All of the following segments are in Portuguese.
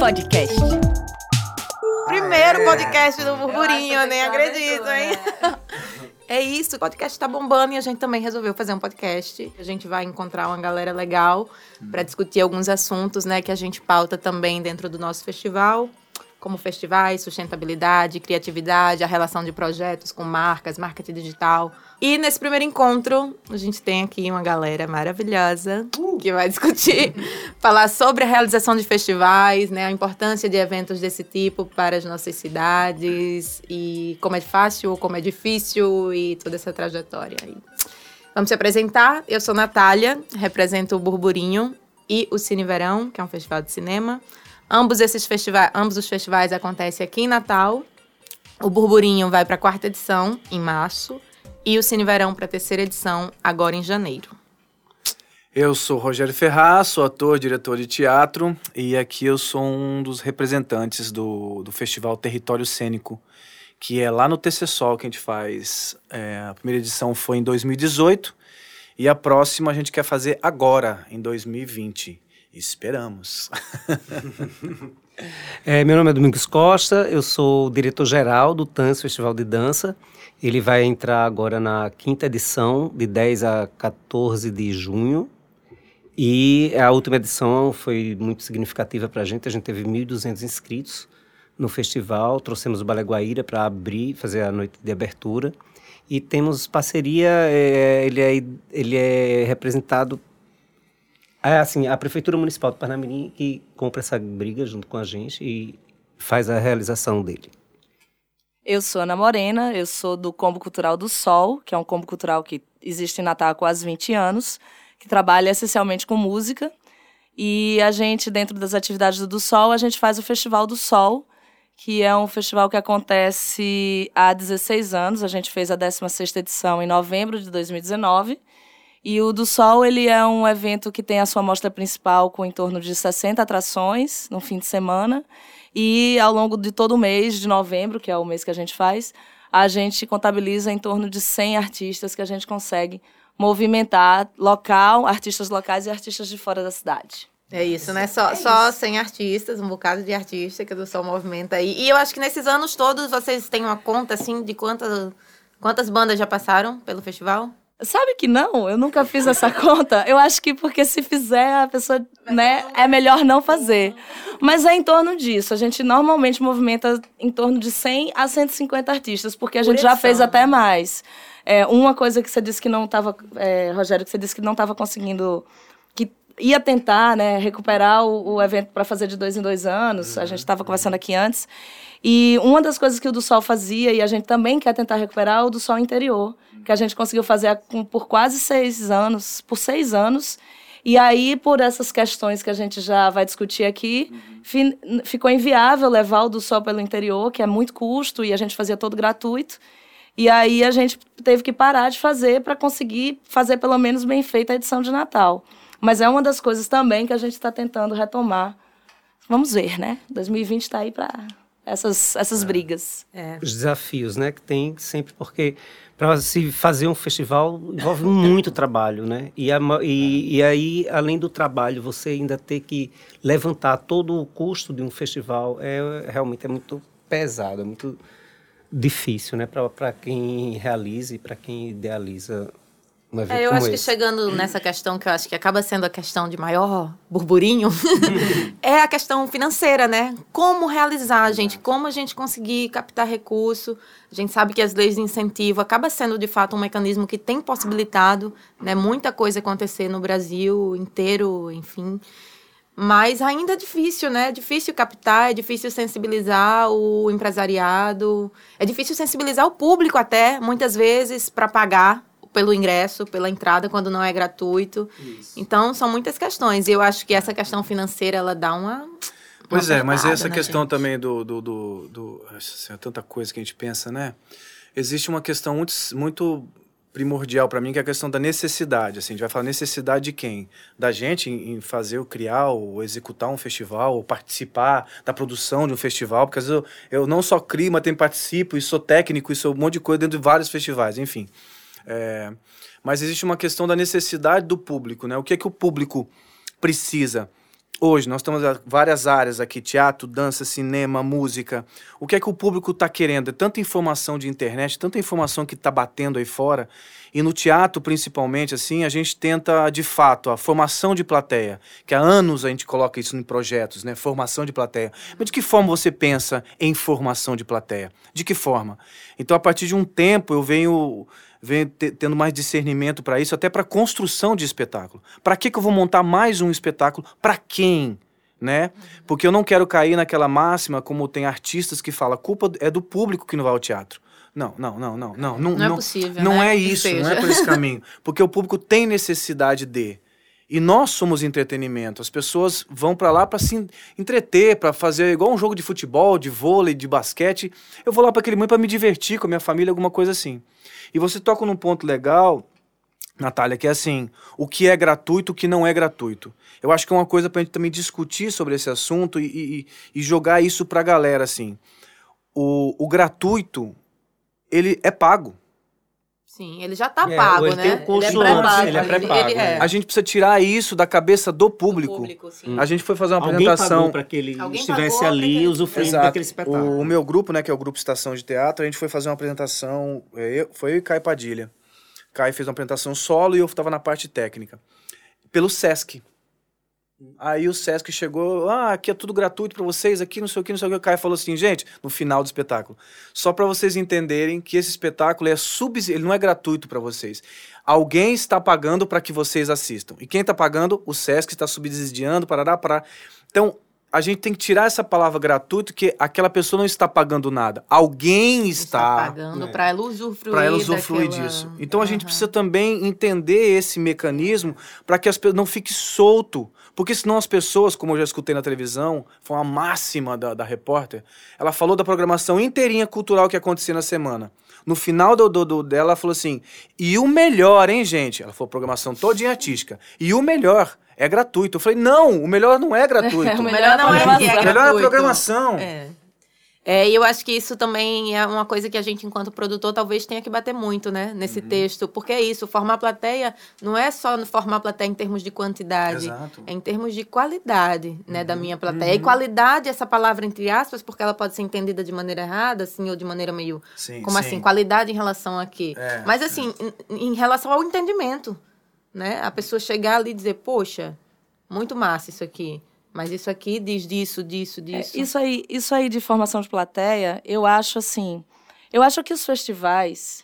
Podcast. Primeiro podcast do Burburinho, eu nem acredito, né? hein? É isso, o podcast tá bombando e a gente também resolveu fazer um podcast. A gente vai encontrar uma galera legal para discutir alguns assuntos, né, que a gente pauta também dentro do nosso festival, como festivais, sustentabilidade, criatividade, a relação de projetos com marcas, marketing digital. E nesse primeiro encontro, a gente tem aqui uma galera maravilhosa que vai discutir, falar sobre a realização de festivais, né, a importância de eventos desse tipo para as nossas cidades e como é fácil ou como é difícil e toda essa trajetória aí. Vamos se apresentar. Eu sou Natália, represento o Burburinho e o Cine Verão, que é um festival de cinema. Ambos os festivais acontecem aqui em Natal. O Burburinho vai para a 4ª edição, em março, e o Cine Verão para a 3ª edição, agora em janeiro. Eu sou Rogério Ferraz, sou ator, diretor de teatro, e aqui eu sou um dos representantes do Festival Território Cênico, que é lá no TC Sol que a gente faz. A primeira edição foi em 2018, e a próxima a gente quer fazer agora, em 2020. Esperamos. Meu nome é Domingos Costa, eu sou o diretor-geral do TANS Festival de Dança. Ele vai entrar agora na 5ª edição, de 10 a 14 de junho. E a última edição foi muito significativa para a gente teve 1.200 inscritos no festival. Trouxemos o Balé Guaíra para abrir, fazer a noite de abertura. E temos parceria, ele é representado... a Prefeitura Municipal de Parnamirim que compra essa briga junto com a gente e faz a realização dele. Eu sou Ana Morena, eu sou do Combo Cultural do Sol, que é um combo cultural que existe em Natal há quase 20 anos, que trabalha essencialmente com música. E a gente, dentro das atividades do Sol, a gente faz o Festival do Sol, que é um festival que acontece há 16 anos. A gente fez a 16ª edição em novembro de 2019. E o do Sol, ele é um evento que tem a sua mostra principal com em torno de 60 atrações no fim de semana. E ao longo de todo o mês de novembro, que é o mês que a gente faz, a gente contabiliza em torno de 100 artistas que a gente consegue movimentar artistas locais e artistas de fora da cidade. É isso, né? Só 100 artistas, um bocado de artista que o do Sol movimenta aí. E eu acho que nesses anos todos vocês têm uma conta, assim, de quantas bandas já passaram pelo festival? Sabe que não? Eu nunca fiz essa conta. Eu acho que porque se fizer, a pessoa, né, é melhor não fazer. Mas é em torno disso. A gente normalmente movimenta em torno de 100 a 150 artistas, porque a gente já fez até mais. Uma coisa que você disse que não estava... Rogério, que você disse que não estava conseguindo... que ia tentar, né, recuperar o evento para fazer de 2 em 2 anos. A gente estava conversando aqui antes. E uma das coisas que o do Sol fazia, e a gente também quer tentar recuperar, é o do Sol Interior, que a gente conseguiu fazer por quase 6 anos, por 6 anos. E aí, por essas questões que a gente já vai discutir aqui, ficou inviável levar o do Sol pelo interior, que é muito custo, e a gente fazia todo gratuito. E aí a gente teve que parar de fazer para conseguir fazer pelo menos bem feita a edição de Natal. Mas é uma das coisas também que a gente está tentando retomar. Vamos ver, né? 2020 está aí para essas brigas. Os desafios, né, que tem sempre, porque para se fazer um festival envolve muito trabalho, né? E aí, além do trabalho, você ainda ter que levantar todo o custo de um festival, realmente é muito pesado, é muito difícil, né, para quem realiza e para quem idealiza. Eu acho que chegando nessa questão, que eu acho que acaba sendo a questão de maior burburinho, é a questão financeira, né? Como realizar, gente? Como a gente conseguir captar recurso? A gente sabe que as leis de incentivo acaba sendo, de fato, um mecanismo que tem possibilitado, né, muita coisa acontecer no Brasil inteiro, enfim. Mas ainda é difícil, né? É difícil captar, é difícil sensibilizar o empresariado, é difícil sensibilizar o público até, muitas vezes, para pagar pelo ingresso, pela entrada, quando não é gratuito. Isso. Então, são muitas questões. E eu acho que essa questão financeira, ela dá uma... Pois é, mas essa questão também assim, tanta coisa que a gente pensa, né? Existe uma questão muito primordial para mim, que é a questão da necessidade. Assim, a gente vai falar necessidade de quem? Da gente em fazer, criar, ou executar um festival, ou participar da produção de um festival, porque às vezes eu não só crio, mas também participo, e sou técnico, e sou um monte de coisa dentro de vários festivais, enfim. Mas existe uma questão da necessidade do público, né? O que é que o público precisa? hoje, nós temos várias áreas aqui, teatro, dança, cinema, música. O que é que o público está querendo? É tanta informação de internet, tanta informação que está batendo aí fora. E no teatro, principalmente, assim, a gente tenta, de fato, a formação de plateia, que há anos a gente coloca isso em projetos, né? Formação de plateia. Mas de que forma você pensa em formação de plateia? De que forma? Então, a partir de um tempo, eu venho tendo mais discernimento para isso, até para construção de espetáculo. Para que eu vou montar mais um espetáculo? Para quem? Né? Porque eu não quero cair naquela máxima, como tem artistas que falam, a culpa é do público que não vai ao teatro. Não é possível, não né? é isso, não é por esse caminho. Porque o público tem necessidade de. E nós somos entretenimento. As pessoas vão para lá para se entreter, para fazer igual um jogo de futebol, de vôlei, de basquete. Eu vou lá para aquele momento para me divertir com a minha família, alguma coisa assim. E você toca num ponto legal, Natália, que é assim, o que é gratuito, o que não é gratuito. Eu acho que é uma coisa pra gente também discutir sobre esse assunto e jogar isso pra galera, assim. O gratuito, ele é pago. Sim, ele já tá pago, ele né? tem um custo ele é pré-pago. A gente precisa tirar isso da cabeça do público. Sim. A gente foi fazer uma Alguém apresentação... pagou para que ele estivesse ali usufruindo daquele espetáculo. O meu grupo, né, que é o Grupo Estação de Teatro, a gente foi fazer uma apresentação, foi eu e Caio Padilha. Caio fez uma apresentação solo e eu estava na parte técnica. Pelo Sesc. Aí o Sesc chegou, aqui é tudo gratuito para vocês, aqui não sei o que. O Caio falou assim, gente, no final do espetáculo, só para vocês entenderem que esse espetáculo ele não é gratuito para vocês. Alguém está pagando para que vocês assistam. E quem está pagando? O Sesc está subsidiando, parará. Então, a gente tem que tirar essa palavra gratuito, que aquela pessoa não está pagando nada. Alguém está pagando para ela usufruir disso. Então a gente precisa também entender esse mecanismo para que as pessoas não fiquem solto. Porque senão as pessoas, como eu já escutei na televisão, foi uma máxima da repórter, ela falou da programação inteirinha cultural que ia acontecer na semana. No final dela, ela falou assim, e o melhor, hein, gente? Ela falou programação todinha artística. E o melhor é gratuito. Eu falei, não, o melhor não é gratuito. O melhor não é gratuito. O melhor é a programação. E eu acho que isso também é uma coisa que a gente, enquanto produtor, talvez tenha que bater muito, né? Nesse texto. Porque é isso, formar plateia não é só formar plateia em termos de quantidade. Exato. É em termos de qualidade, né, da minha plateia. E qualidade, essa palavra entre aspas, porque ela pode ser entendida de maneira errada, assim, ou de maneira meio... Como assim? Qualidade em relação a quê? Mas, assim, em relação ao entendimento, né? A pessoa chegar ali e dizer, poxa, muito massa isso aqui. Mas isso aqui diz disso. Isso aí de formação de plateia, eu acho assim... Eu acho que os festivais...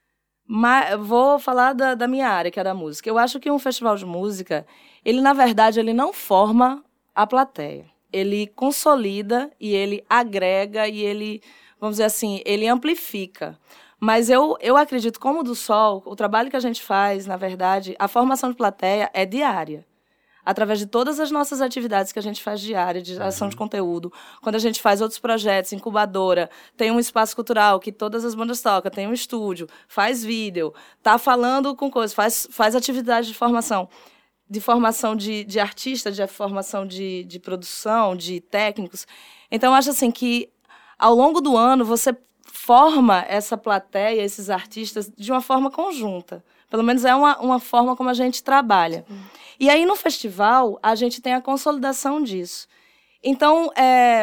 Vou falar da minha área, que é da música. Eu acho que um festival de música, ele, na verdade, ele não forma a plateia. Ele consolida e ele agrega e ele, vamos dizer assim, ele amplifica. Mas eu acredito, como o do Sol, o trabalho que a gente faz, na verdade, a formação de plateia é diária. Através de todas as nossas atividades que a gente faz diária, de geração de conteúdo, quando a gente faz outros projetos, incubadora, tem um espaço cultural que todas as bandas tocam, tem um estúdio, faz vídeo, tá falando com coisas, faz atividade de formação de artista, de formação de produção, de técnicos. Então, eu acho assim que, ao longo do ano, você forma essa plateia, esses artistas, de uma forma conjunta. Pelo menos é uma forma como a gente trabalha. E aí, no festival, a gente tem a consolidação disso. Então,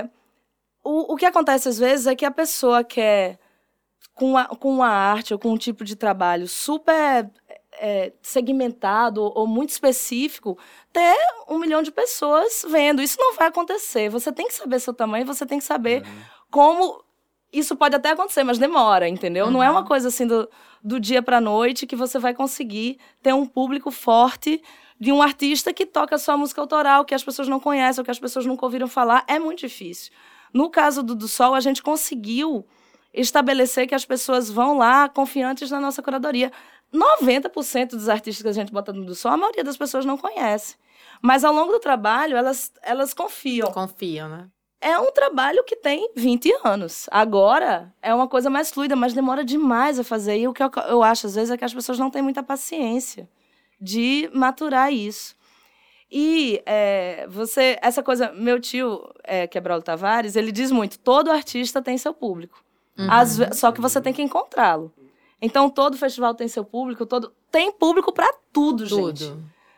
o que acontece às vezes é que a pessoa quer, com a arte ou com um tipo de trabalho super segmentado ou muito específico, ter 1 milhão de pessoas vendo. Isso não vai acontecer. Você tem que saber seu tamanho, você tem que saber como... Isso pode até acontecer, mas demora, entendeu? Não é uma coisa assim do dia para a noite que você vai conseguir ter um público forte de um artista que toca só música autoral, que as pessoas não conhecem ou que as pessoas nunca ouviram falar. É muito difícil. No caso do Sol, a gente conseguiu estabelecer que as pessoas vão lá confiantes na nossa curadoria. 90% dos artistas que a gente bota no do Sol, a maioria das pessoas não conhece. Mas ao longo do trabalho, elas confiam. Confiam, né? É um trabalho que tem 20 anos. Agora, é uma coisa mais fluida, mas demora demais a fazer. E o que eu acho, às vezes, é que as pessoas não têm muita paciência de maturar isso. E essa coisa... Meu tio, que é Braulio Tavares, ele diz muito, todo artista tem seu público. Só que você tem que encontrá-lo. Então, todo festival tem seu público, tem público para tudo, gente.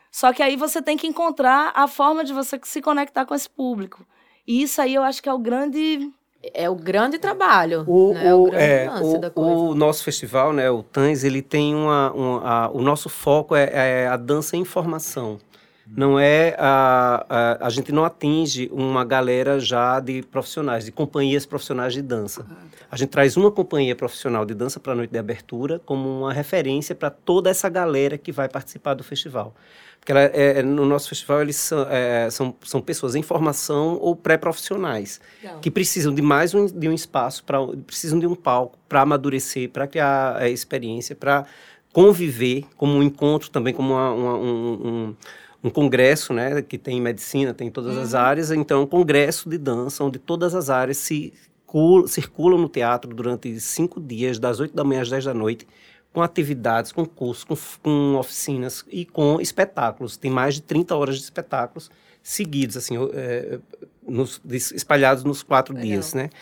Só que aí você tem que encontrar a forma de você se conectar com esse público. E isso aí eu acho que é o grande... É o grande trabalho, né? O grande lance da coisa. O nosso festival, né, o TANS, ele tem o nosso foco é a dança em formação. Não é a gente não atinge uma galera já de profissionais, de companhias profissionais de dança. A gente traz uma companhia profissional de dança para a noite de abertura como uma referência para toda essa galera que vai participar do festival. Porque no nosso festival eles são pessoas em formação ou pré-profissionais que precisam de mais de um espaço, precisam de um palco para amadurecer, para criar a experiência, para conviver, como um encontro também, como um congresso, né, que tem medicina, tem todas as áreas, então um congresso de dança, onde todas as áreas circulam no teatro durante 5 dias, das 8 da manhã às 10 da noite, com atividades, com cursos, com oficinas e com espetáculos. Tem mais de 30 horas de espetáculos seguidos, assim, espalhados nos 4 dias, né?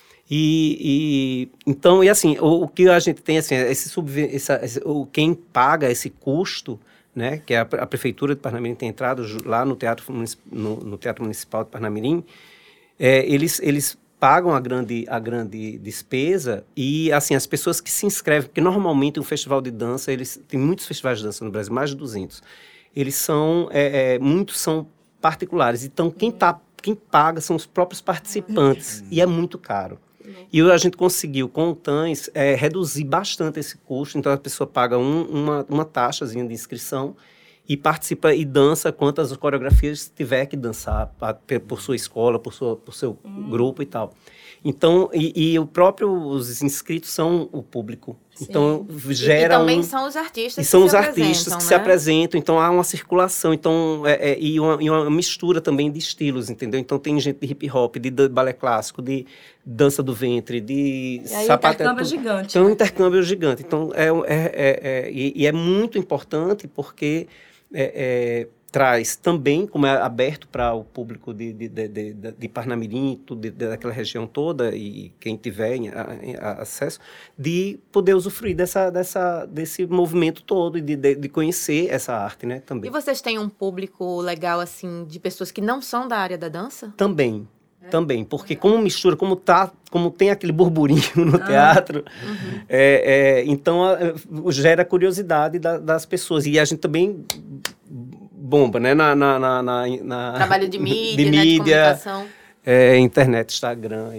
Então, o que a gente tem, assim, quem paga esse custo, né, que a Prefeitura de Parnamirim tem entrado lá no Teatro Municipal de Parnamirim, eles pagam a grande despesa e, assim, as pessoas que se inscrevem, porque normalmente um festival de dança, tem muitos festivais de dança no Brasil, mais de 200, eles são, muitos são particulares, então quem paga são os próprios participantes, e é muito caro. E a gente conseguiu, com o TANS, reduzir bastante esse custo, então a pessoa paga uma taxazinha de inscrição e participa e dança quantas coreografias tiver que dançar por sua escola, por seu grupo e tal. Então, os inscritos são o público. Sim. Então, gera e também são os artistas que são os artistas que se apresentam. Então, há uma circulação. Então, e uma mistura também de estilos, entendeu? Então, tem gente de hip hop, de balé clássico, de dança do ventre, de sapato. Intercâmbio gigante. Então, um intercâmbio gigante. Então, é muito importante porque traz também, como é aberto para o público de Parnamirim, daquela região toda, e quem tiver acesso, de poder usufruir desse movimento todo e de conhecer essa arte, né, também. E vocês têm um público legal, assim, de pessoas que não são da área da dança? Também. Também, porque como mistura, como tem aquele burburinho no teatro, então gera curiosidade das pessoas. E a gente também bomba, né? Trabalho de mídia, né? De comunicação. Internet, Instagram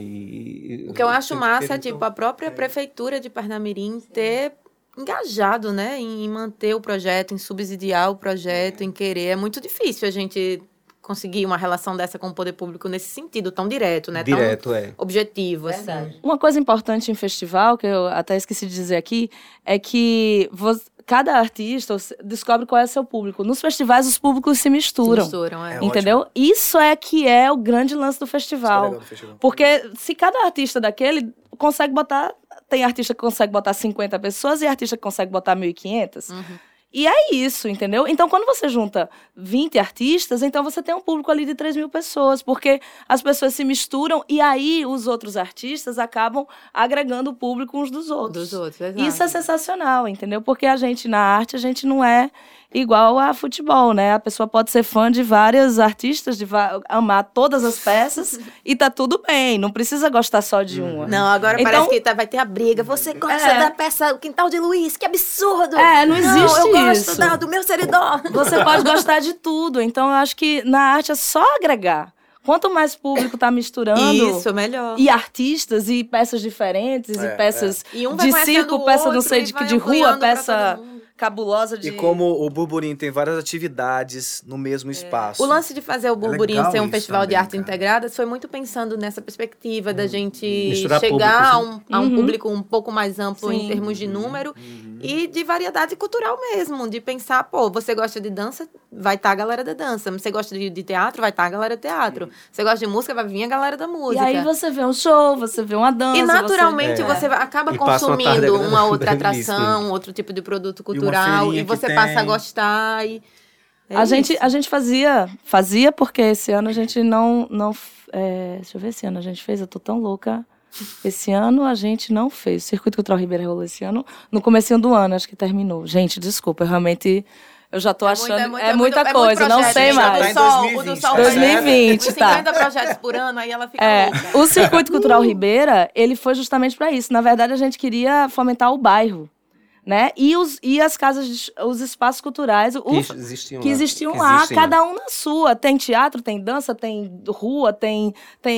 O que eu acho massa é, tipo, a própria Prefeitura de Parnamirim ter engajado, né? Em manter o projeto, em subsidiar o projeto, em querer. É muito difícil a gente conseguir uma relação dessa com o poder público nesse sentido, tão direto, né? Direto, tão objetivo, assim. Uma coisa importante em festival, que eu até esqueci de dizer aqui, é que cada artista descobre qual é o seu público. Nos festivais, os públicos se misturam. Entendeu? Ótimo. Isso é que é o grande lance do festival. Porque se cada artista daquele consegue botar... Tem artista que consegue botar 50 pessoas e artista que consegue botar 1.500. E é isso, entendeu? Então, quando você junta 20 artistas, então você tem um público ali de 3.000 pessoas, porque as pessoas se misturam e aí os outros artistas acabam agregando o público uns dos outros. Exato. Isso é sensacional, entendeu? Porque a gente, na arte, a gente não é igual a futebol, né? A pessoa pode ser fã de vários artistas, amar todas as peças e tá tudo bem, não precisa gostar só de uma. Não, agora então, parece que vai ter a briga. Você gosta da peça O Quintal de Luiz, que absurdo! Não existe eu isso. Eu gosto do meu seridó. Você pode gostar de tudo, então eu acho que na arte é só agregar. Quanto mais público tá misturando... Isso, melhor. E artistas, e peças diferentes, e peças e um de circo, peça não sei de rua, peça... cabulosa de... E como o Burburinho tem várias atividades no mesmo espaço. O lance de fazer o Burburinho ser um festival de artes integradas foi muito pensando nessa perspectiva da gente misturar chegar públicos, a um público um pouco mais amplo em termos de número e de variedade cultural mesmo, de pensar, pô, você gosta de dança, vai estar a galera da dança. Você gosta de teatro, vai estar a galera do teatro. Você gosta de música, vai vir a galera da música. E aí você vê um show, você vê uma dança. E naturalmente você acaba consumindo uma outra atração, outro tipo de produto cultural. E você passa a gostar. A gente fazia porque esse ano a gente não deixa eu ver, esse ano a gente fez, eu tô tão louca. Esse ano a gente não fez. O Circuito Cultural Ribeira rolou esse ano, no comecinho do ano, acho que terminou. Gente, desculpa, eu realmente Eu já tô achando... É muita coisa, muito não projeto. sei Já mais. tá em O do 2020, Sol, 2020, Uns tá. 50 projetos por ano, aí ela fica louca. O Circuito Cultural Ribeira, ele foi justamente para isso. Na verdade, a gente queria fomentar o bairro, né? E as casas, os espaços culturais que existiam lá, cada um na sua. Tem teatro, tem dança, tem rua, tem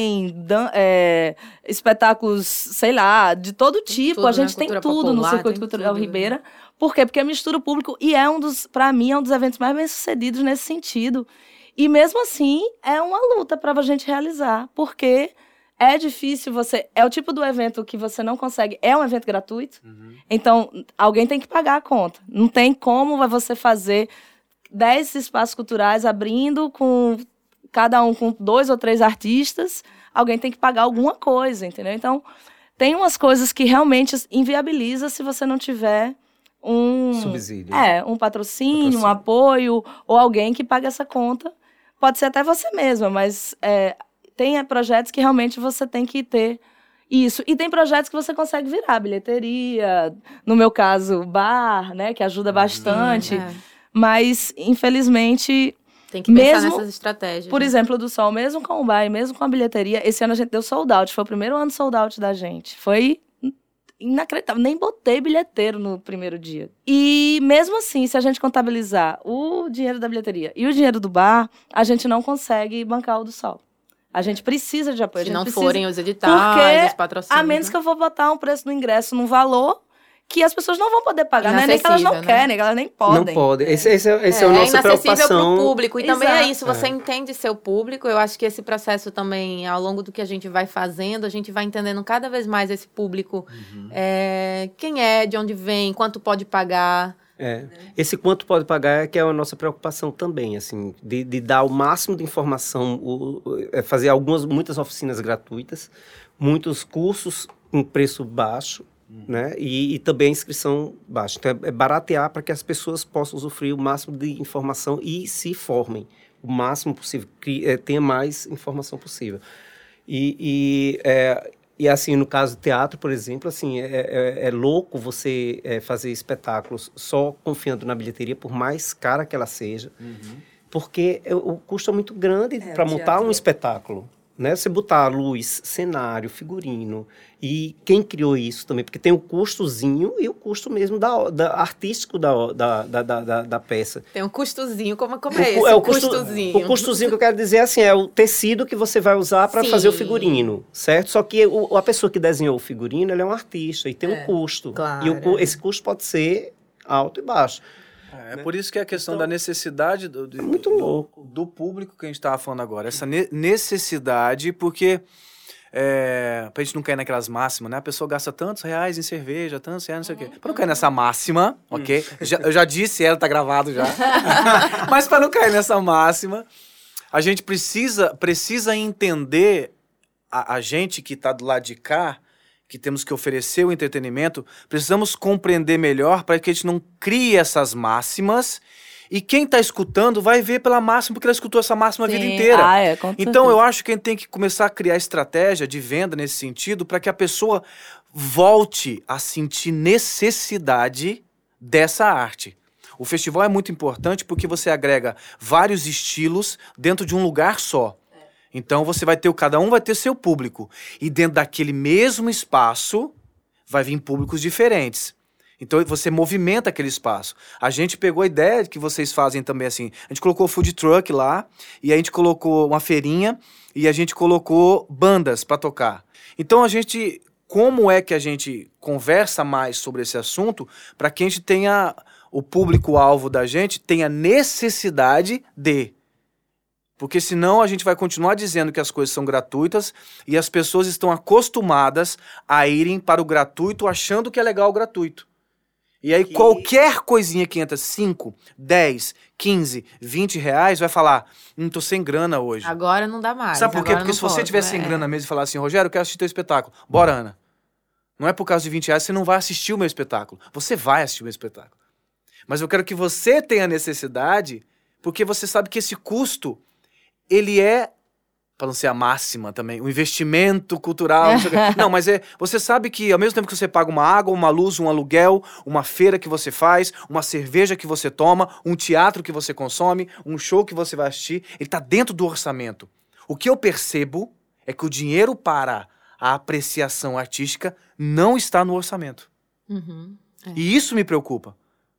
espetáculos, sei lá, de todo tipo. Tudo, a gente né? tem Cultura tudo popular, no Circuito tem Cultural tudo, Ribeira. né? Por quê? Porque mistura o público e para mim, é um dos eventos mais bem-sucedidos nesse sentido. E mesmo assim, é uma luta para a gente realizar, porque é difícil é o tipo do evento que você não consegue, é um evento gratuito, então alguém tem que pagar a conta. Não tem como você fazer 10 espaços culturais abrindo com cada um com 2 ou 3 artistas, alguém tem que pagar alguma coisa, entendeu? Então, tem umas coisas que realmente inviabiliza se você não tiver um subsídio. Um patrocínio, um apoio, ou alguém que pague essa conta. Pode ser até você mesma, mas tem projetos que realmente você tem que ter isso. E tem projetos que você consegue virar bilheteria, no meu caso, bar, né, que ajuda bastante. Mas, infelizmente... Tem que pensar nessas estratégias. Por exemplo, do Sol, mesmo com o bar, mesmo com a bilheteria, esse ano a gente deu sold out. Foi o primeiro ano sold out da gente. Foi inacreditável. Nem botei bilheteiro no primeiro dia. E mesmo assim, se a gente contabilizar o dinheiro da bilheteria e o dinheiro do bar, a gente não consegue bancar o do Sol. A gente precisa de apoio. Se não forem os editais, os patrocínios. A menos que eu vou botar um preço no ingresso num valor que as pessoas não vão poder pagar. Não é nem que elas não querem, que elas nem podem. Não podem. Esse é o nosso preocupação. É inacessível para o público. E também Exato. é isso, você entende seu público. Eu acho que esse processo também, ao longo do que a gente vai fazendo, a gente vai entendendo cada vez mais esse público. Quem é, de onde vem, quanto pode pagar. Esse quanto pode pagar é que é a nossa preocupação também, assim, de dar o máximo de informação, fazer muitas oficinas gratuitas, muitos cursos com preço baixo, né? E também a inscrição baixa. Então, é baratear para que as pessoas possam usufruir o máximo de informação e se formem o máximo possível, tenha mais informação possível. E assim, no caso do teatro, por exemplo, assim, é louco você fazer espetáculos só confiando na bilheteria, por mais cara que ela seja, porque o custo é muito grande para montar um espetáculo. Né? Você botar luz, cenário, figurino, e quem criou isso também, porque tem o custozinho e o custo mesmo artístico da peça. Tem um custozinho, como é esse? O custozinho. O custozinho que eu quero dizer assim, é o tecido que você vai usar para fazer o figurino, certo? Só que a pessoa que desenhou o figurino, ele é um artista e tem um custo. Claro. E esse custo pode ser alto e baixo. É por isso que é a questão da necessidade muito louco. Do público que a gente estava falando agora. Essa necessidade, porque pra gente não cair naquelas máximas, né? A pessoa gasta tantos reais em cerveja, tantos reais, não sei o quê. Pra não cair nessa máxima, ok? Eu já disse, ela tá gravado já. Mas para não cair nessa máxima, a gente precisa entender a gente que tá do lado de cá, que temos que oferecer o entretenimento, precisamos compreender melhor para que a gente não crie essas máximas e quem está escutando vai ver pela máxima, porque ela escutou essa máxima a vida inteira. Então, eu acho que a gente tem que começar a criar estratégia de venda nesse sentido para que a pessoa volte a sentir necessidade dessa arte. O festival é muito importante porque você agrega vários estilos dentro de um lugar só. Então, cada um vai ter seu público. E dentro daquele mesmo espaço, vai vir públicos diferentes. Então, você movimenta aquele espaço. A gente pegou a ideia que vocês fazem também assim. A gente colocou food truck lá, e a gente colocou uma feirinha, e a gente colocou bandas para tocar. Então, como é que a gente conversa mais sobre esse assunto para que a gente tenha, o público-alvo da gente tenha necessidade de... Porque senão a gente vai continuar dizendo que as coisas são gratuitas e as pessoas estão acostumadas a irem para o gratuito achando que é legal o gratuito. E aí qualquer coisinha que entra 5, 10, 15, 20 reais vai falar, tô sem grana hoje. Agora não dá mais. Sabe por quê? Porque se você tiver sem grana mesmo e falar assim, Rogério, eu quero assistir teu espetáculo. Bora, Ana. Não é por causa de 20 reais, você não vai assistir o meu espetáculo. Você vai assistir o meu espetáculo. Mas eu quero que você tenha necessidade, porque você sabe que esse custo... ele é para não ser a máxima também, o investimento cultural. Não, mas você sabe que ao mesmo tempo que você paga uma água, uma luz, um aluguel, uma feira que você faz, uma cerveja que você toma, um teatro que você consome, um show que você vai assistir, ele está dentro do orçamento. O que eu percebo é que o dinheiro para a apreciação artística não está no orçamento. E isso me preocupa.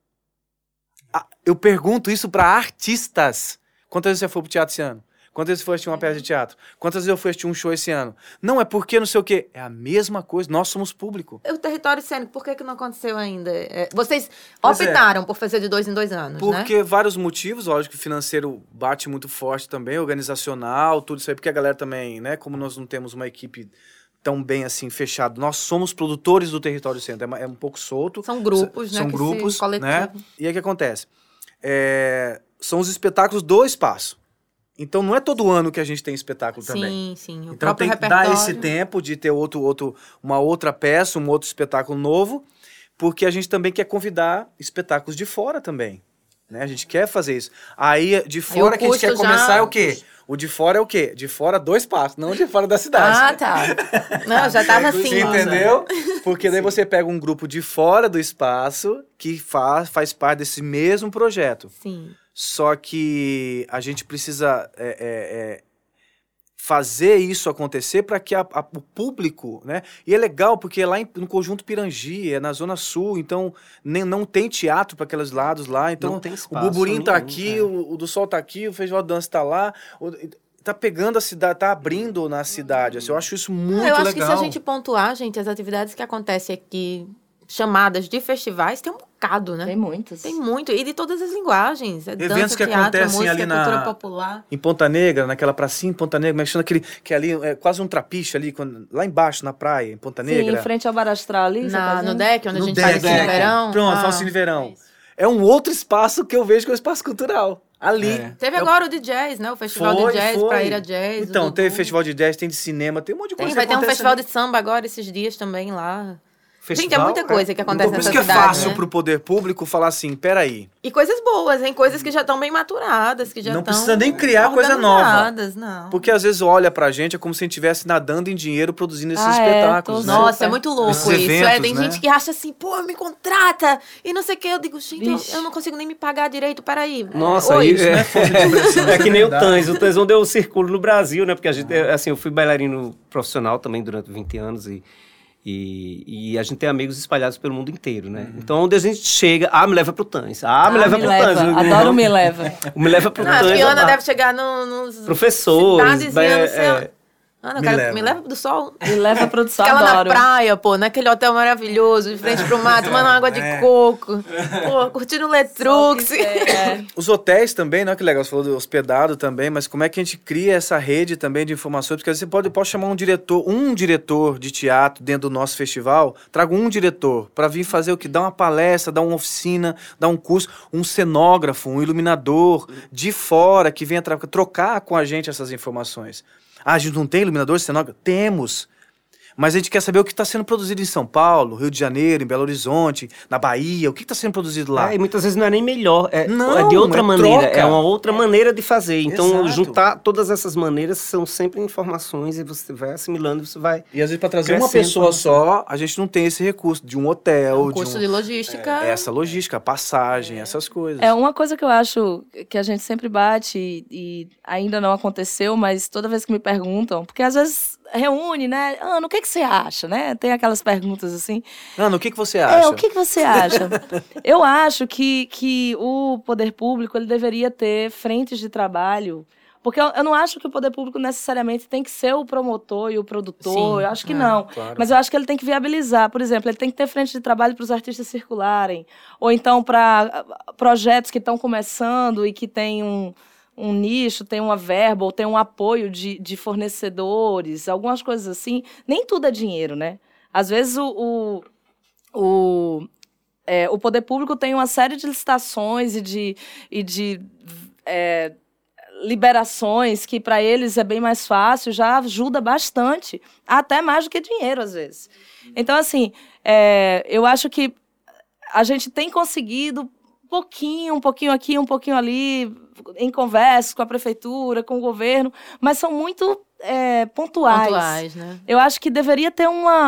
Eu pergunto isso para artistas. Quantas vezes você foi pro teatro esse ano? Quantas vezes você foi assistir uma peça de teatro? Quantas vezes eu fui assistir um show esse ano? Não, é porque não sei o quê. É a mesma coisa. Nós somos público. O território cênico, por que não aconteceu ainda? Vocês optaram por fazer de 2 em 2 anos, Porque vários motivos, lógico, que o financeiro bate muito forte também, organizacional, tudo isso aí. Porque a galera também, né, como nós não temos uma equipe tão bem assim, fechado. Nós somos produtores do território cênico. É um pouco solto. São grupos, né? São grupos, né? E aí o que acontece? São os espetáculos do espaço. Então, não é todo ano que a gente tem espetáculo também. Sim. O então, tem que dar esse tempo de ter uma outra peça, um outro espetáculo novo, porque a gente também quer convidar espetáculos de fora também. Né? A gente quer fazer isso. Aí, de fora que a gente quer começar é o quê? O de fora é o quê? De fora do espaço, não de fora da cidade. Tá. Não, já tava assim. Entendeu? Porque daí você pega um grupo de fora do espaço que faz parte desse mesmo projeto. Sim. Só que a gente precisa fazer isso acontecer para que o público, né? E é legal porque lá no Conjunto Pirangi, na Zona Sul, então não tem teatro para aqueles lados lá. Então não tem espaço, o Burburinho tá aqui, o do Sol tá aqui, o Festival de Dança tá lá. Tá pegando a cidade, tá abrindo na cidade. Assim, eu acho isso muito legal. Eu acho que se a gente pontuar, gente, as atividades que acontecem aqui, chamadas de festivais, tem um bocado, né? Tem muitas. Tem muito. E de todas as linguagens. Eventos dança, que teatro, acontecem música, ali cultura popular. Em Ponta Negra, naquela pracinha em Ponta Negra, mexendo aquele, que ali é quase um trapiche ali, lá embaixo na praia, em Ponta Negra. Sim, em frente ao Bar Astral ali. No deck, onde a gente faz Cine Verão. Pronto, faz Cine Verão. É um outro espaço que eu vejo que é o espaço cultural. Ali. Teve agora o de jazz, né? O festival de jazz, Praíra Jazz. Então, teve festival de jazz, tem de cinema, tem um monte de coisa. Vai ter um festival de samba agora, esses dias também lá. Gente, é muita coisa que acontece nessa cidade. Por isso que é fácil pro poder público falar assim, peraí. E coisas boas, hein? Coisas que já estão bem maturadas, que já não precisa nem criar coisa nova. Não. Porque às vezes olha pra gente, é como se a gente estivesse nadando em dinheiro produzindo esses espetáculos. Né? Nossa, é muito louco isso. Eventos, tem gente que acha assim, pô, me contrata e não sei o que. Eu digo, gente, eu não consigo nem me pagar direito, peraí. Nossa, isso não é força de impressão. É que nem o Tans. O Tans onde eu circulo no Brasil, né? Porque a gente, assim, eu fui bailarino profissional também durante 20 anos e a gente tem amigos espalhados pelo mundo inteiro, né? Então, onde a gente chega... me leva pro Tans. Me leva pro Tans. Adoro Me Leva. Me leva pro Tans. Acho que a Ana deve chegar nos... Professores. Ana, me leva pro sol. Me leva pro sol, Fica lá adoro. na praia, pô, naquele hotel maravilhoso, de frente pro mar, tomando água de coco. Pô, curtindo o Letrux. Os hotéis também, não é que legal, você falou do hospedado também, mas como é que a gente cria essa rede também de informações? Porque você pode chamar um diretor de teatro dentro do nosso festival, trago um diretor para vir fazer o que? Dar uma palestra, dar uma oficina, dar um curso, um cenógrafo, um iluminador de fora que venha trocar com a gente essas informações. A gente não tem iluminador, cenógrafo? Temos. Mas a gente quer saber o que está sendo produzido em São Paulo, Rio de Janeiro, em Belo Horizonte, na Bahia. O que está sendo produzido lá? E muitas vezes não é nem melhor. É de outra maneira. Troca. É uma outra maneira de fazer. Então, Exato. juntar todas essas maneiras são sempre informações e você vai assimilando, você vai... E às vezes para trazer uma pessoa só, a gente não tem esse recurso de um hotel. Um custo de logística. Essa logística, passagem, essas coisas. Uma coisa que eu acho que a gente sempre bate e ainda não aconteceu, mas toda vez que me perguntam, porque às vezes reúne, né? Ana, o que você acha, né? Tem aquelas perguntas assim. Ana, o que você acha? O que você acha? Eu acho que o poder público ele deveria ter frentes de trabalho, porque eu não acho que o poder público necessariamente tem que ser o promotor e o produtor, Sim, eu acho que não. Claro. Mas eu acho que ele tem que viabilizar, por exemplo, ele tem que ter frente de trabalho para os artistas circularem, ou então para projetos que estão começando e que têm um nicho, tem uma verba ou tem um apoio de fornecedores, algumas coisas assim. Nem tudo é dinheiro, né? Às vezes o poder público tem uma série de licitações e de liberações que para eles é bem mais fácil, já ajuda bastante, até mais do que dinheiro às vezes. Então, assim, eu acho que a gente tem conseguido um pouquinho aqui, um pouquinho ali, em conversas com a prefeitura, com o governo, mas são muito pontuais. Né? Eu acho que deveria ter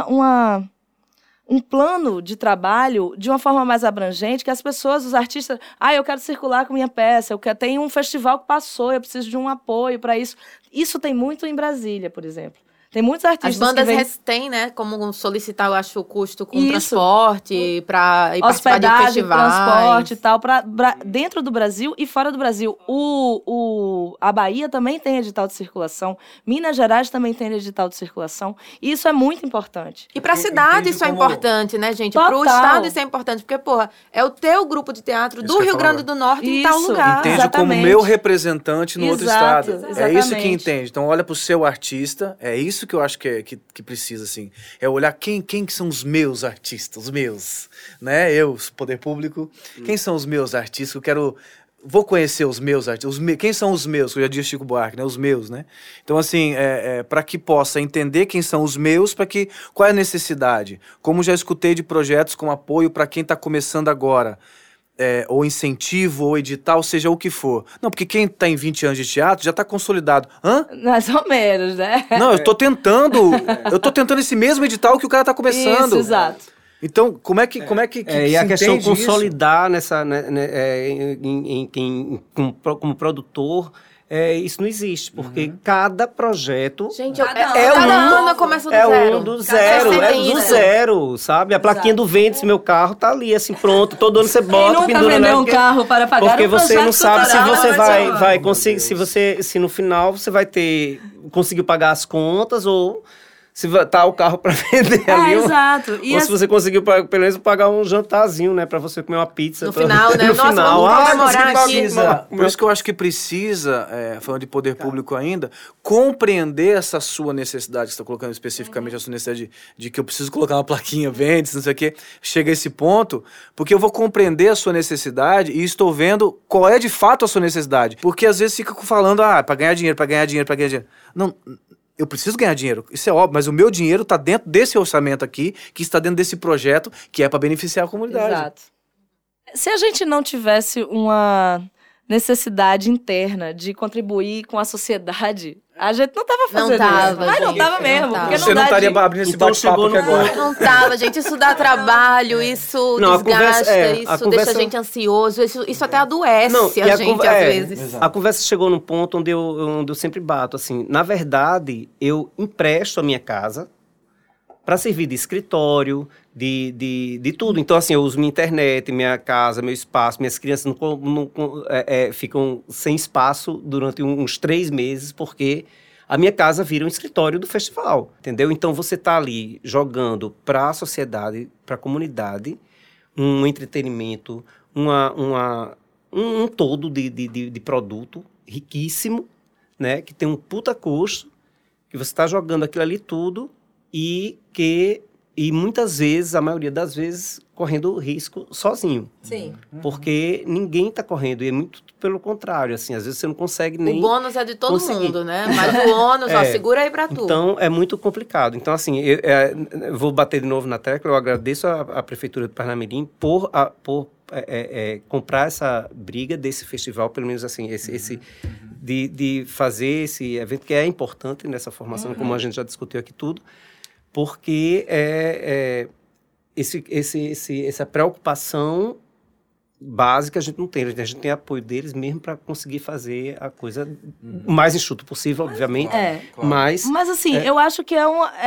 um plano de trabalho de uma forma mais abrangente, que as pessoas, os artistas... eu quero circular com minha peça, tem um festival que passou, eu preciso de um apoio para isso. Isso tem muito em Brasília, por exemplo. Tem muitos artistas As bandas que têm, né, como solicitar, eu acho, o custo com transporte para ir participar de hospedagem, festivais. transporte e tal, dentro do Brasil e fora do Brasil. A Bahia também tem edital de circulação, Minas Gerais também tem edital de circulação, e isso é muito importante. E para a cidade isso é importante, né, gente? Total. Para o estado isso é importante, porque, é o teu grupo de teatro do Rio Grande do Norte em tal lugar. Entende Exatamente. como meu representante no outro estado. Exatamente. É isso que entende. Então, olha para o seu artista, é isso que eu acho que precisa, assim. É olhar quem que são os meus artistas, os meus, né? Eu, poder público, quem são os meus artistas? Vou conhecer os meus artistas. Quem são os meus? Eu já disse Chico Buarque, né? Os meus, né? Então, assim, para que possa entender quem são os meus, qual é a necessidade. Como já escutei de projetos com apoio para quem está começando agora. Ou incentivo, ou edital, seja o que for. Não, porque quem está em 20 anos de teatro já está consolidado. Hã? Mais ou menos, né? Não, eu tô tentando esse mesmo edital que o cara está começando. Isso, exato. Então, como é que e a questão entende consolidar como produtor, isso não existe, porque cada projeto Gente, cada ano começa do zero. Do zero, sabe? A plaquinha do Vende-se Meu Carro tá ali, assim, pronto. Todo ano você bota, Quem nunca pendura vendeu um carro para pagar porque você não sabe se você cultural, vai conseguir, se no final você vai conseguiu pagar as contas ou se tá o carro para vender ali. Exato. Ou se você conseguiu, pelo menos, pagar um jantarzinho, né? Para você comer uma pizza. No final, né? No Nossa, final. vamos comemorar aqui. Por isso que eu acho que precisa, falando de poder público ainda, compreender essa sua necessidade, que você está colocando especificamente a sua necessidade de que eu preciso colocar uma plaquinha, vende, não sei o quê. Chega a esse ponto, porque eu vou compreender a sua necessidade e estou vendo qual é de fato a sua necessidade. Porque às vezes fica falando, para ganhar dinheiro. Não... Eu preciso ganhar dinheiro, isso é óbvio, mas o meu dinheiro está dentro desse orçamento aqui, que está dentro desse projeto, que é para beneficiar a comunidade. Exato. Se a gente não tivesse uma necessidade interna de contribuir com a sociedade, a gente não estava fazendo isso. Não tava mesmo. Porque você não estaria abrindo esse bate-papo aqui agora. Não tava, gente. Isso dá trabalho, isso desgasta, isso deixa a gente ansioso, isso até adoece a gente às vezes. A conversa chegou num ponto onde eu sempre bato, assim, na verdade, eu empresto a minha casa para servir de escritório, de tudo. Então, assim, eu uso minha internet, minha casa, meu espaço, minhas crianças ficam sem espaço durante uns 3 meses, porque a minha casa vira um escritório do festival, entendeu? Então, você está ali jogando para a sociedade, para a comunidade, um entretenimento, um todo de produto riquíssimo, né? Que tem um puta custo, que você está jogando aquilo ali tudo e muitas vezes, a maioria das vezes, correndo risco sozinho. Sim. Porque ninguém está correndo, e é muito pelo contrário, assim, às vezes você não consegue nem... O bônus é de todo mundo, né? Mas o ônus, segura aí para tu. Então, é muito complicado. Então, assim, eu vou bater de novo na tecla, eu agradeço a Prefeitura de Parnamirim por comprar essa briga desse festival, pelo menos assim, de fazer esse evento, que é importante nessa formação, como a gente já discutiu aqui tudo, porque essa preocupação básica a gente não tem. A gente tem apoio deles mesmo para conseguir fazer a coisa o mais enxuto possível, obviamente. Claro. Mas assim, eu acho que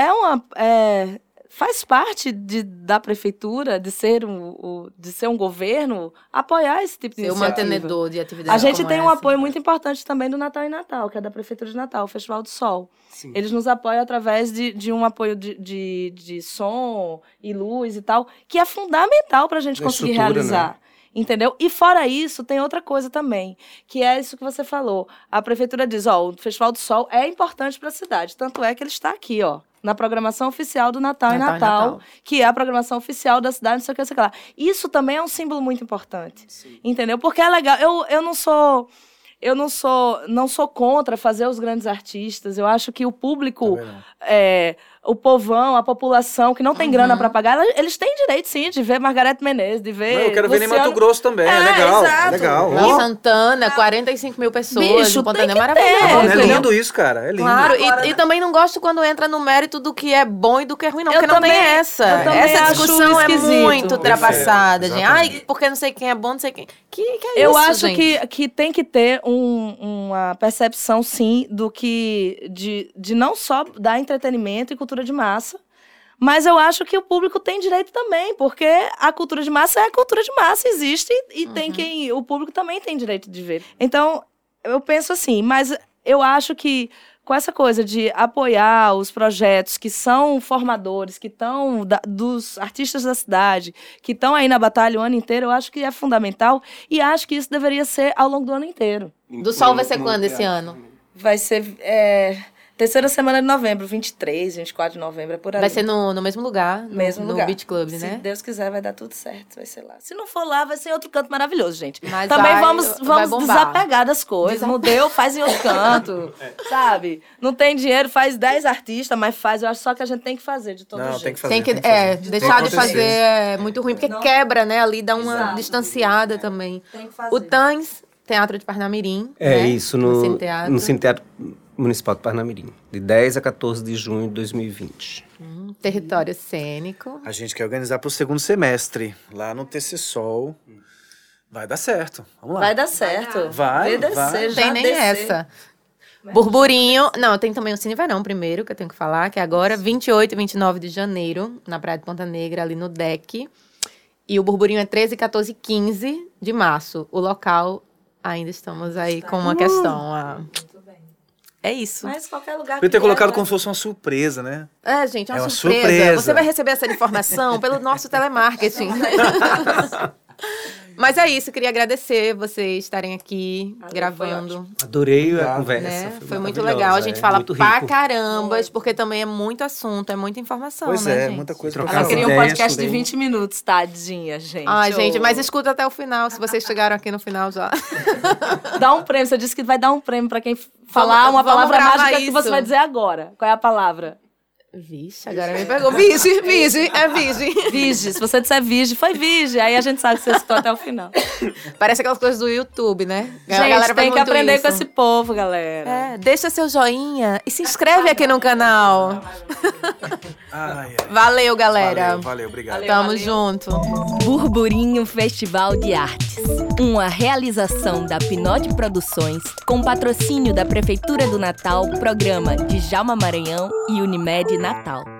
faz parte da prefeitura, de ser um governo, apoiar esse tipo de iniciativa. Ser um mantenedor de atividade. A gente tem um apoio muito importante também do Natal em Natal, que é da Prefeitura de Natal, o Festival do Sol. Sim. Eles nos apoiam através de um apoio de som e luz e tal, que é fundamental para a gente conseguir realizar. Né? Entendeu? E fora isso, tem outra coisa também, que é isso que você falou. A Prefeitura diz, o Festival do Sol é importante para a cidade, tanto é que ele está aqui, na programação oficial do Natal em Natal, que é a programação oficial da cidade, não sei o que, sei lá. Isso também é um símbolo muito importante, entendeu? Porque é legal, eu não sou contra fazer os grandes artistas, eu acho que o público o povão, a população que não tem grana para pagar, eles têm direito, sim, de ver Margareth Menezes, de ver. Não, eu quero ver em Luciano... Mato Grosso também, é legal. Exato. Legal. Em Santana, 45 mil pessoas. Bicho, em Pontané, tem que maravilhoso. ter. É lindo isso, cara. É lindo. Claro, Agora, e também não gosto quando entra no mérito do que é bom e do que é ruim, não. Eu Porque também- não tem essa. eu também Essa acho discussão é esquisito. muito ultrapassada, gente. Exatamente. Ai, porque não sei quem é bom, não sei quem. Que é Eu isso, acho gente? que tem que ter uma percepção, sim, do que. De não só dar entretenimento e cultura de massa. Mas eu acho que o público tem direito também, porque a cultura de massa é a cultura de massa, existe e tem quem. O público também tem direito de ver. Então, eu penso assim, mas eu acho que com essa coisa de apoiar os projetos que são formadores, que estão dos artistas da cidade, que estão aí na batalha o ano inteiro, eu acho que é fundamental e acho que isso deveria ser ao longo do ano inteiro. Do Sol vai ser quando esse ano? Vai ser terceira semana de novembro, 23, 24 de novembro, é por aí. Vai ser no mesmo lugar, Mesmo no lugar. Beach Club, Se né? Deus quiser, vai dar tudo certo, vai ser lá. Se não for lá, vai ser outro canto maravilhoso, gente. Mas também vai vamos bombar. desapegar das coisas. Não deu, faz em outro canto, sabe? Não tem dinheiro, faz 10 artistas, mas faz. Eu acho só que a gente tem que fazer de todo Não, jeito. tem que fazer. Tem que, fazer. deixar Tem de que acontecer. fazer é muito ruim, porque quebra, né? Ali dá uma Exato. distanciada também. Tem que fazer. O TANS, Teatro de Parnamirim. É né? isso, no no Cine Teatro. no Cine Teatro Municipal de Parnamirim, de 10 a 14 de junho de 2020. Território cênico. A gente quer organizar para o segundo semestre, lá no TC Sol. Vai dar certo. Vamos lá. Vai dar certo. Vai, Vê descer, vai. Não já tem nem descer. essa. Burburinho. Não, tem também o Cine Verão primeiro, que eu tenho que falar, que é agora, 28 e 29 de janeiro, na Praia de Ponta Negra, ali no deck. E o Burburinho é 13, 14 e 15 de março. O local, ainda estamos aí com uma questão. Muito bem. É isso. Mas qualquer lugar Podia ter que colocado vier, como se fosse uma surpresa, né? É, gente, é É uma uma surpresa. surpresa. Você vai receber essa informação pelo nosso telemarketing. Mas é isso, queria agradecer vocês estarem aqui gravando. Adorei a conversa. Né? Foi muito maravilhosa, legal. A gente fala muito pra rico. carambas, porque também é muito assunto, é muita informação, Pois né, é, gente? muita coisa pra Trocar Ela falar. queria um ideias podcast de também. 20 minutos, tadinha, gente. Ai, gente, Ô. mas escuta até o final, se vocês chegaram aqui no final já. Dá um prêmio. Você disse que vai dar um prêmio pra quem falar uma vamos palavra gravar mágica que isso. você vai dizer agora. Qual é a palavra? Vixe, agora me pegou. Vige, é vige. Vige. Se você disser vige, foi vige. Aí a gente sabe que você escutou até o final. Parece aquelas coisas do YouTube, né? Gente, tem que aprender isso. com esse povo, galera. É, deixa seu joinha e se inscreve aqui no canal. Ai, ai. Valeu, galera. Valeu, obrigado. Tamo junto. Burburinho Festival de Artes. Uma realização da Pinote Produções, com patrocínio da Prefeitura do Natal, Programa Djalma Maranhão e Unimed Natal.